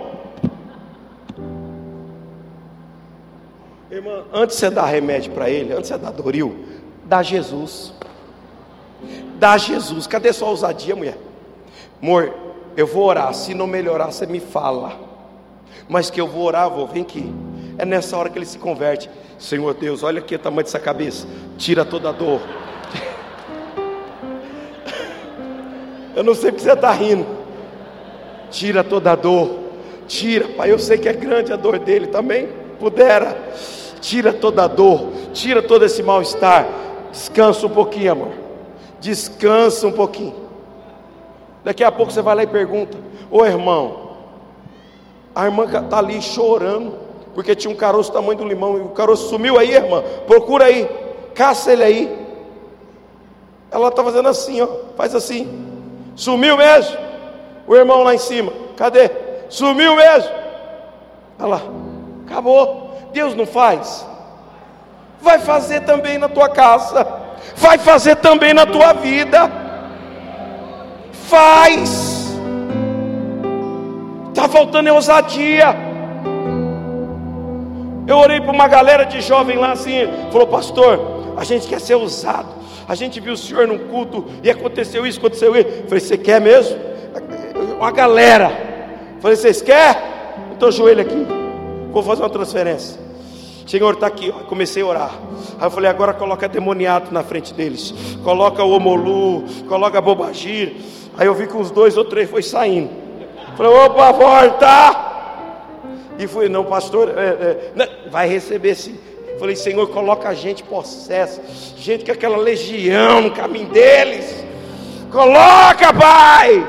Irmã, antes de você dar remédio para ele, antes de você dar Doril, dá Jesus. Dá Jesus. Cadê sua ousadia, mulher? Amor, eu vou orar, se não melhorar você me fala, mas que eu vou orar, vou, vem aqui. É nessa hora que ele se converte. Senhor Deus, olha aqui o tamanho dessa cabeça, tira toda a dor. Eu não sei porque você está rindo. Tira toda a dor. Tira, pai, eu sei que é grande a dor dele também. Pudera. Tira toda a dor. Tira todo esse mal-estar. Descansa um pouquinho, amor. Descansa um pouquinho. Daqui a pouco você vai lá e pergunta: ô irmão, a irmã está ali chorando, porque tinha um caroço do tamanho do limão, e o caroço sumiu aí, irmã. Procura aí, caça ele aí. Ela está fazendo assim, ó, faz assim. Sumiu mesmo? O irmão lá em cima, cadê? Sumiu mesmo? Olha lá, acabou. Deus não faz? Vai fazer também na tua casa, vai fazer também na tua vida. Faz. Está faltando ousadia. Eu orei para uma galera de jovem lá assim, falou: pastor, a gente quer ser usado, a gente viu o senhor num culto e aconteceu isso, aconteceu isso. Eu falei: você quer mesmo? Uma galera. Eu falei: vocês querem? Então ajoelha aqui, vou fazer uma transferência. Senhor, está aqui, ó. Comecei a orar. Aí eu falei: agora coloca demoniado na frente deles, coloca o Omolu, coloca a Bobagir. Aí eu vi que uns dois ou três foi saindo. Falei: opa, volta! E fui: não, pastor, é, é, não, vai receber sim. Falei: Senhor, coloca a gente possessa, gente com aquela legião no caminho deles, coloca, Pai.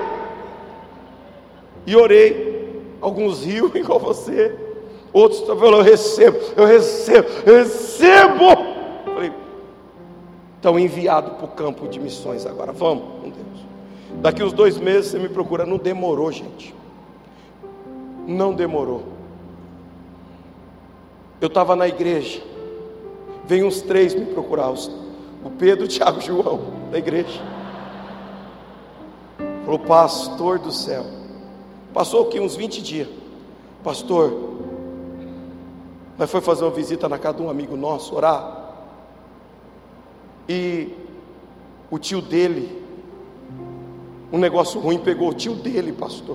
E orei. Alguns riam igual você, outros falaram: eu recebo, eu recebo, eu recebo. Falei: estão enviados para o campo de missões agora, vamos com Deus. Daqui uns dois meses você me procura. Não demorou, gente, não demorou. Eu estava na igreja, veio uns três me procurar, os, o Pedro, o Tiago e o João, da igreja. Falou: pastor do céu, passou aqui uns vinte dias, pastor, nós foi fazer uma visita na casa de um amigo nosso, orar, e o tio dele, um negócio ruim pegou o tio dele, pastor.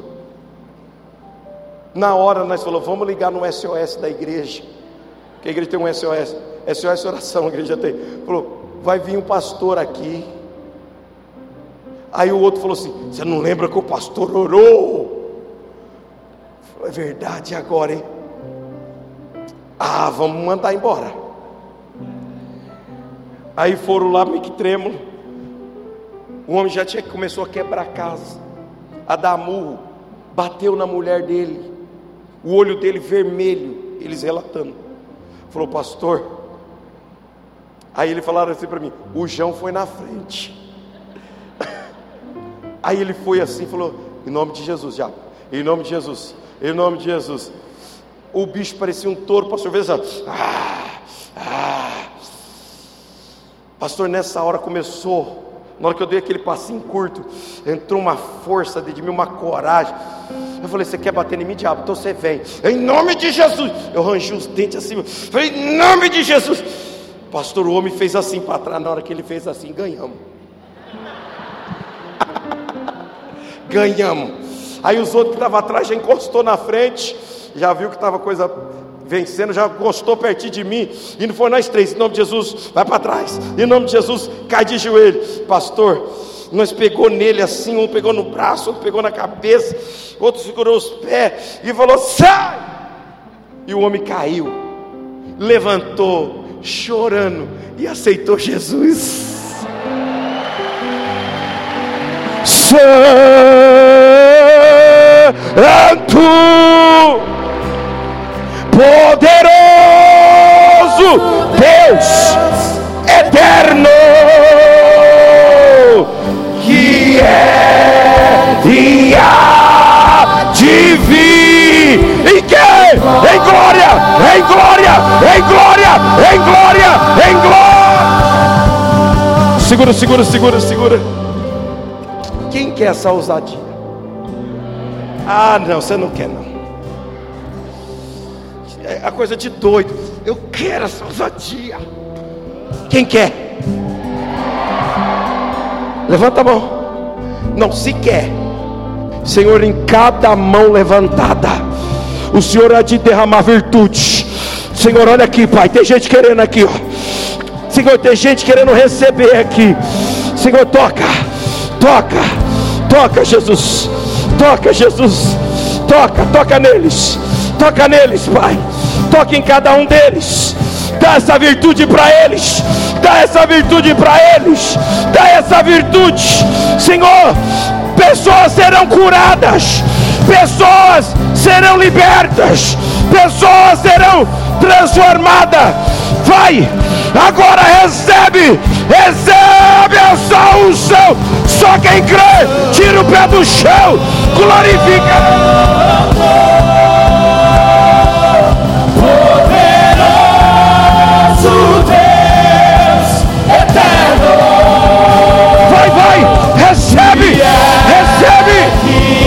Na hora nós falamos: vamos ligar no S O S da igreja, que a igreja tem um S O S, S O S oração, a igreja tem. Falou: vai vir um pastor aqui. Aí o outro falou assim: você não lembra que o pastor orou? Falei: é verdade, agora, hein? Ah, vamos mandar embora. Aí foram lá meio que trêmulo. O homem já tinha começou a quebrar a casa, a dar murro, bateu na mulher dele, o olho dele vermelho, eles relatando. Falou: pastor. Aí ele falaram assim para mim: o João foi na frente. Aí ele foi assim, falou: em nome de Jesus, já, em nome de Jesus, em nome de Jesus. O bicho parecia um touro, pastor, veja, ah, ah. Pastor, nessa hora começou, na hora que eu dei aquele passinho curto, entrou uma força dentro de mim, uma coragem. Eu falei: você quer bater em mim, diabo? Então você vem, em nome de Jesus. Eu rangi os dentes assim, falei: em nome de Jesus. Pastor, o homem fez assim para trás. Na hora que ele fez assim, ganhamos. Ganhamos. Aí os outros que estavam atrás já encostou na frente, já viu que estava coisa vencendo, já encostou pertinho de mim. E não foi nós três: em nome de Jesus, vai para trás, em nome de Jesus, cai de joelho. Pastor, nós pegou nele assim, um pegou no braço, outro pegou na cabeça, outro segurou os pés e falou: sai! E o homem caiu, levantou, chorando, e aceitou Jesus. Santo poderoso Deus eterno, que é e há de vir, em que? Em glória, em glória, em glória, em glória, em glória. Segura, segura, segura, segura. Quem quer essa ousadia? Ah, não, você não quer, não. É a coisa de doido. Eu quero essa ousadia. Quem quer? Levanta a mão. Não, se quer, Senhor, em cada mão levantada, o Senhor há de derramar virtude. Senhor, olha aqui, Pai, tem gente querendo aqui, ó. Senhor, tem gente querendo receber aqui. Senhor, toca, toca, toca, Jesus, toca, Jesus, toca, toca neles, toca neles, Pai, toca em cada um deles. Dá essa virtude para eles, dá essa virtude para eles, dá essa virtude, Senhor. Pessoas serão curadas, pessoas serão libertas, pessoas serão transformadas. Vai, agora recebe, recebe essa unção. Só quem crê, tira o pé do chão, glorifica. Vai, vai, recebe, recebe,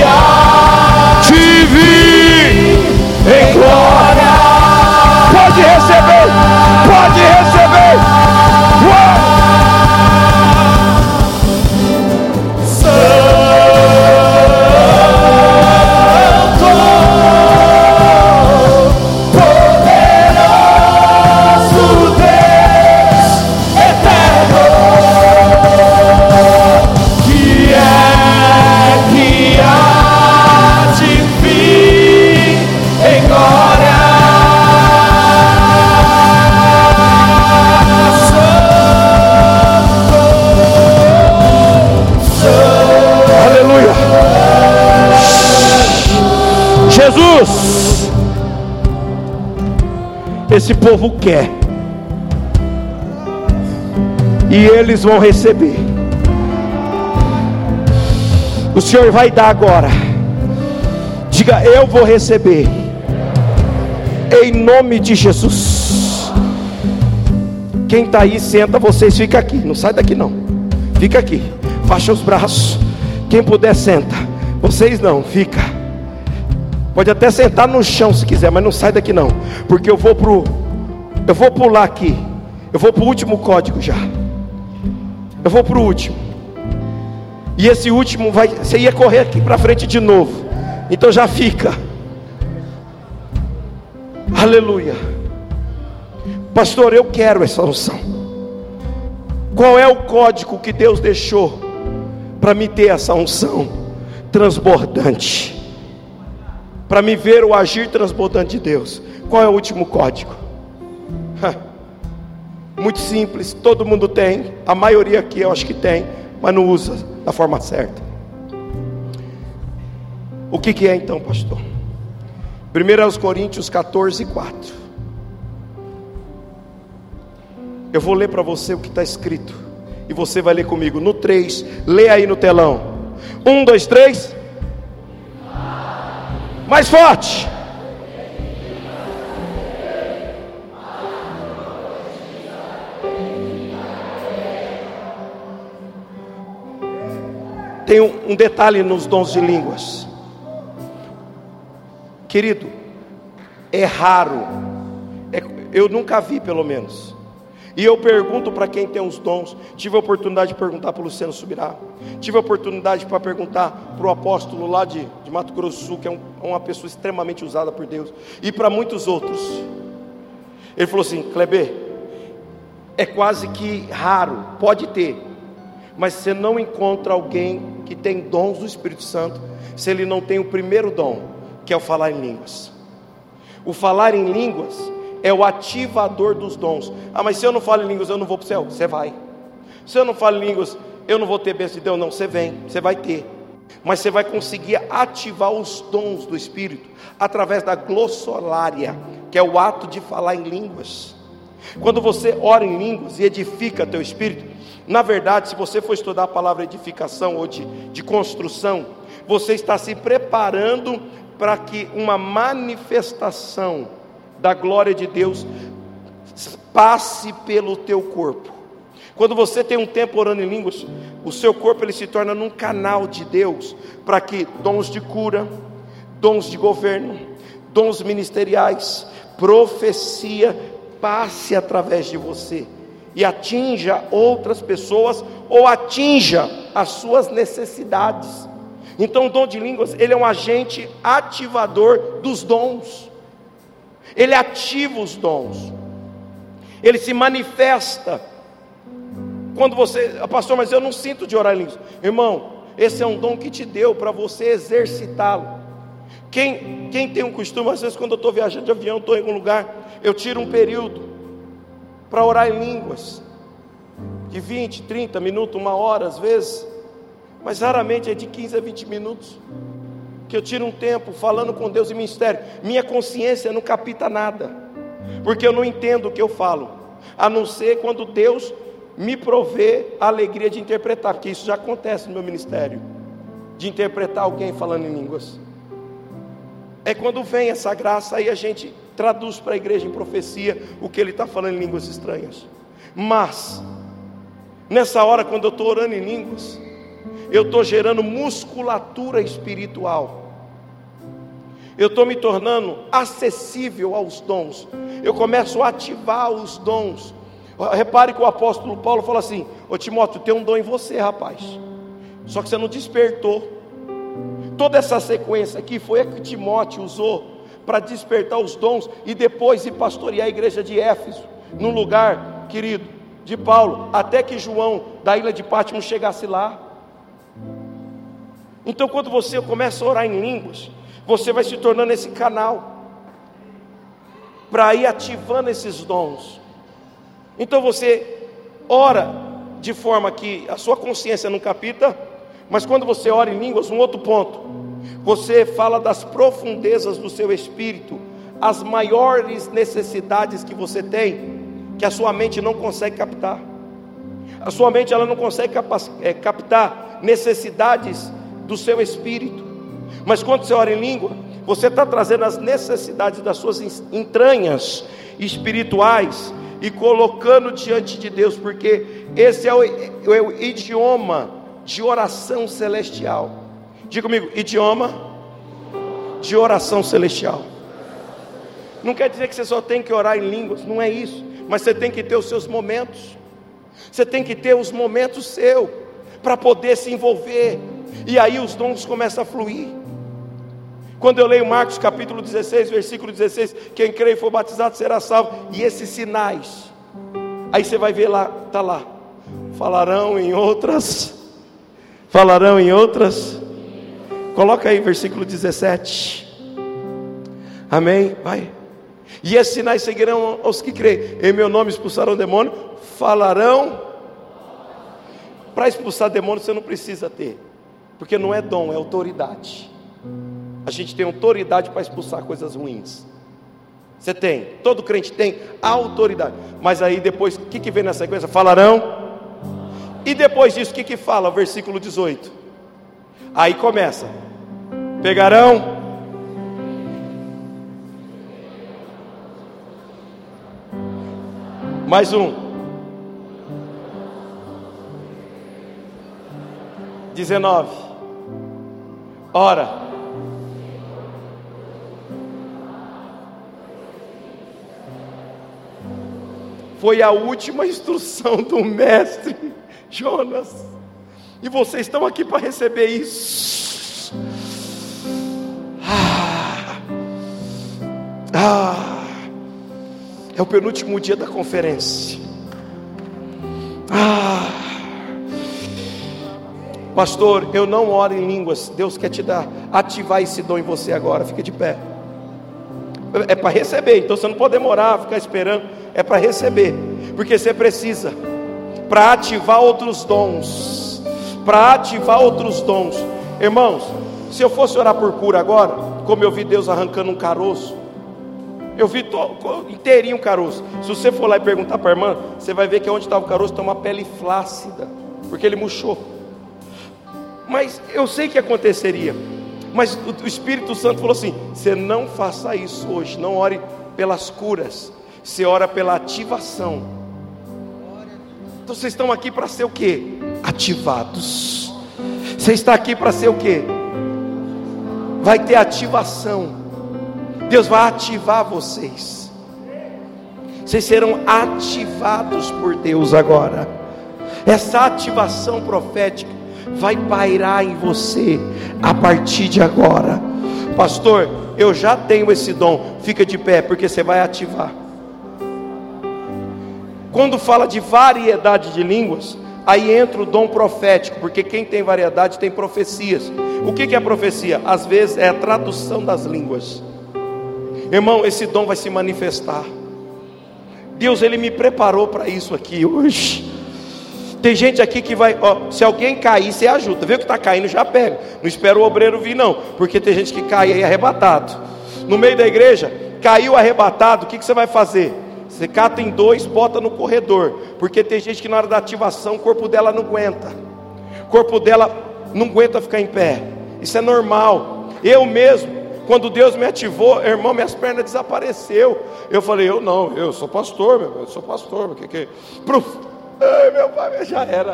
te vi em glória, pode receber. esse povo quer, e eles vão receber. O Senhor vai dar agora. Diga: eu vou receber, em nome de Jesus. Quem está aí, senta. Vocês ficam aqui, não sai daqui não. Fica aqui, baixa os braços. Quem puder, senta. Vocês não, fica. Pode até sentar no chão se quiser, mas não sai daqui não, porque eu vou pro, eu vou pular aqui. Eu vou pro último código já. Eu vou pro último. E esse último vai, você ia correr aqui para frente de novo. Então já fica. Aleluia. Pastor, eu quero essa unção. Qual é o código que Deus deixou para me ter essa unção transbordante, para me ver o agir transbordante de Deus? Qual é o último código? Muito simples, todo mundo tem. A maioria aqui eu acho que tem, mas não usa da forma certa. O que que é então, pastor? primeira Coríntios quatorze, quatro. Eu vou ler para você o que está escrito, e você vai ler comigo no três. Lê aí no telão. um, dois, três. Mais forte. Tem um, um detalhe nos dons de línguas, querido. É raro, é, eu nunca vi pelo menos. E eu pergunto para quem tem os dons. Tive a oportunidade de perguntar para o Luciano Subirá. Tive a oportunidade para perguntar para o apóstolo lá de, de Mato Grosso do Sul, que é um, uma pessoa extremamente usada por Deus, e para muitos outros. Ele falou assim: Kleber, é quase que raro, pode ter, mas você não encontra alguém que tem dons do Espírito Santo se ele não tem o primeiro dom, que é o falar em línguas. O falar em línguas é o ativador dos dons. Ah, mas se eu não falo em línguas eu não vou para o céu. Você vai. Se eu não falo em línguas eu não vou ter bênção de Deus. Não, você vem, você vai ter. Mas você vai conseguir ativar os dons do Espírito através da glossolalia, que é o ato de falar em línguas. Quando você ora em línguas e edifica teu espírito, na verdade, se você for estudar a palavra edificação ou de, de construção, você está se preparando para que uma manifestação da glória de Deus passe pelo teu corpo. Quando você tem um tempo orando em línguas, o seu corpo ele se torna num canal de Deus, para que dons de cura, dons de governo, dons ministeriais, profecia passe através de você e atinja outras pessoas, ou atinja as suas necessidades. Então o dom de línguas, ele é um agente ativador dos dons. Ele ativa os dons, ele se manifesta. Quando você, pastor, mas eu não sinto de orar em línguas. Irmão, esse é um dom que te deu para você exercitá-lo. Quem, quem tem um costume, às vezes quando eu estou viajando de avião, estou em algum lugar, eu tiro um período para orar em línguas, de vinte, trinta minutos, uma hora às vezes, mas raramente é de quinze a vinte minutos, que eu tiro um tempo falando com Deus em ministério. Minha consciência não capta nada, porque eu não entendo o que eu falo, a não ser quando Deus me provê a alegria de interpretar, porque isso já acontece no meu ministério, de interpretar alguém falando em línguas. É quando vem essa graça, aí a gente traduz para a igreja em profecia o que ele está falando em línguas estranhas. Mas nessa hora, quando eu estou orando em línguas, eu estou gerando musculatura espiritual, eu estou me tornando acessível aos dons, eu começo a ativar os dons. Repare que o apóstolo Paulo fala assim: ô Timóteo, tem um dom em você, rapaz, só que você não despertou. Toda essa sequência aqui foi a que Timóteo usou para despertar os dons e depois ir pastorear a igreja de Éfeso, no lugar, querido, de Paulo, até que João da ilha de Pátmos chegasse lá. Então quando você começa a orar em línguas, você vai se tornando esse canal para ir ativando esses dons. Então você ora de forma que a sua consciência não capta, mas quando você ora em línguas, um outro ponto, você fala das profundezas do seu espírito as maiores necessidades que você tem, que a sua mente não consegue captar. A sua mente ela não consegue é, captar necessidades do seu espírito. Mas quando você ora em língua, você está trazendo as necessidades das suas entranhas espirituais e colocando diante de Deus, porque esse é o, é o idioma de oração celestial. Diga comigo, idioma de oração celestial. Não quer dizer que você só tem que orar em línguas, não é isso. Mas você tem que ter os seus momentos. Você tem que ter os momentos seus para poder se envolver. E aí os dons começam a fluir. Quando eu leio Marcos capítulo dezesseis, versículo dezesseis, quem crê e for batizado será salvo. E esses sinais, aí você vai ver lá, está lá, falarão em outras, falarão em outras, coloca aí versículo dezessete, amém, vai. E esses sinais seguirão aos que creem, em meu nome expulsarão demônio, falarão. Para expulsar demônio você não precisa ter, porque não é dom, é autoridade. A gente tem autoridade para expulsar coisas ruins. Você tem, todo crente tem autoridade. Mas aí depois, o que, que vem na sequência? Falarão. E depois disso, o que, que fala? Versículo dezoito. Aí começa: pegarão. Mais um. dezenove. Ora. Foi a última instrução do mestre Jonas. E vocês estão aqui para receber isso. Ah, ah, é o penúltimo dia da conferência. Ah, pastor, eu não oro em línguas. Deus quer te dar, ativar esse dom em você agora. Fica de pé. É para receber, então você não pode demorar, ficar esperando. É para receber, porque você precisa, para ativar outros dons, para ativar outros dons. Irmãos, se eu fosse orar por cura agora, como eu vi Deus arrancando um caroço, eu vi to, inteirinho um caroço. Se você for lá e perguntar para a irmã, você vai ver que onde estava o caroço tem uma pele flácida, porque ele murchou. Mas eu sei que aconteceria. Mas o Espírito Santo falou assim: você não faça isso hoje, não ore pelas curas, você ora pela ativação. Então vocês estão aqui para ser o quê? Ativados. Você está aqui para ser o quê? Vai ter ativação. Deus vai ativar vocês. Vocês serão ativados por Deus agora. Essa ativação profética vai pairar em você a partir de agora. Pastor, eu já tenho esse dom. Fica de pé, porque você vai ativar. Quando fala de variedade de línguas, aí entra o dom profético, porque quem tem variedade tem profecias. O que é profecia? Às vezes é a tradução das línguas. Irmão, esse dom vai se manifestar. Deus, Ele me preparou para isso aqui hoje. Tem gente aqui que vai, ó, se alguém cair, você ajuda. Vê que está caindo, já pega. Não espera o obreiro vir não, porque tem gente que cai aí arrebatado. No meio da igreja, caiu arrebatado, o que, que você vai fazer? Você cata em dois, bota no corredor, porque tem gente que na hora da ativação o corpo dela não aguenta. O corpo dela não aguenta ficar em pé. Isso é normal. Eu mesmo, quando Deus me ativou, irmão, minhas pernas desapareceu. Eu falei, eu não, eu sou pastor, meu, eu sou pastor, que que? Pruf. Ai, meu pai, já era.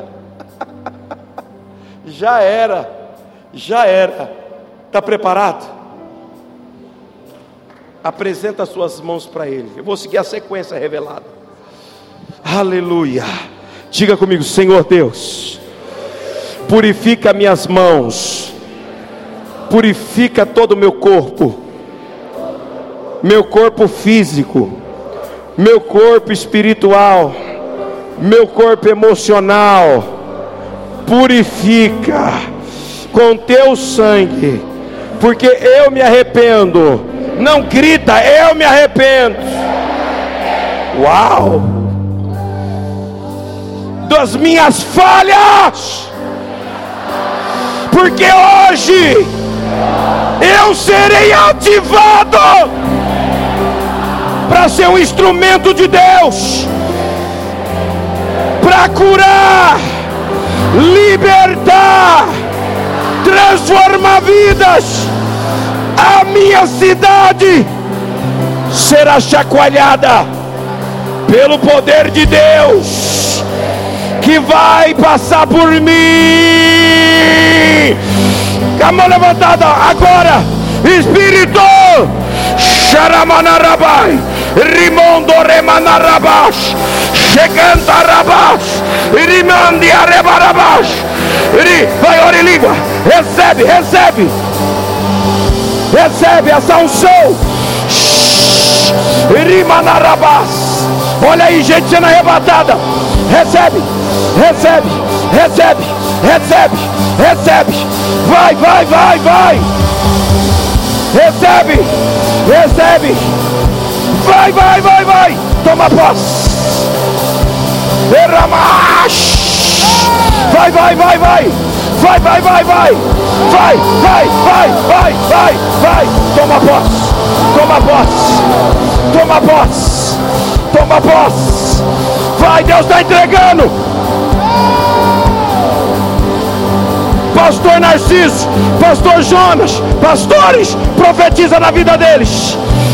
Já era. Já era. Está preparado? Apresenta as suas mãos para Ele. Eu vou seguir a sequência revelada. Aleluia. Diga comigo: Senhor Deus, purifica minhas mãos, purifica todo o meu corpo, meu corpo físico, meu corpo espiritual, meu corpo emocional. Purifica com teu sangue, porque eu me arrependo. Não grita, eu me arrependo. Uau! Das minhas falhas, porque hoje eu serei ativado para ser um instrumento de Deus, para curar, libertar, transformar vidas. A minha cidade será chacoalhada pelo poder de Deus, que vai passar por mim. Com a mão levantada agora, Espírito, Xaramanarabai, Rimondo Remanarabash, Checantarabas, Rimandi Arebarabash. Vai, ora em língua, recebe, recebe, recebe essa unção. Rimanarabas. Olha aí, gente sendo arrebatada. Recebe, recebe, recebe, recebe, recebe. Vai, vai, vai, vai. Recebe, recebe. Vai, vai, vai, vai. Toma posse. Derramash. Vai, vai, vai, vai. Vai, vai, vai, vai. Vai, vai, vai, vai, vai, vai. Toma posse. Toma posse. Toma posse. Toma posse. Vai, Deus está entregando. Pastor Narciso, Pastor Jonas, pastores, profetiza na vida deles.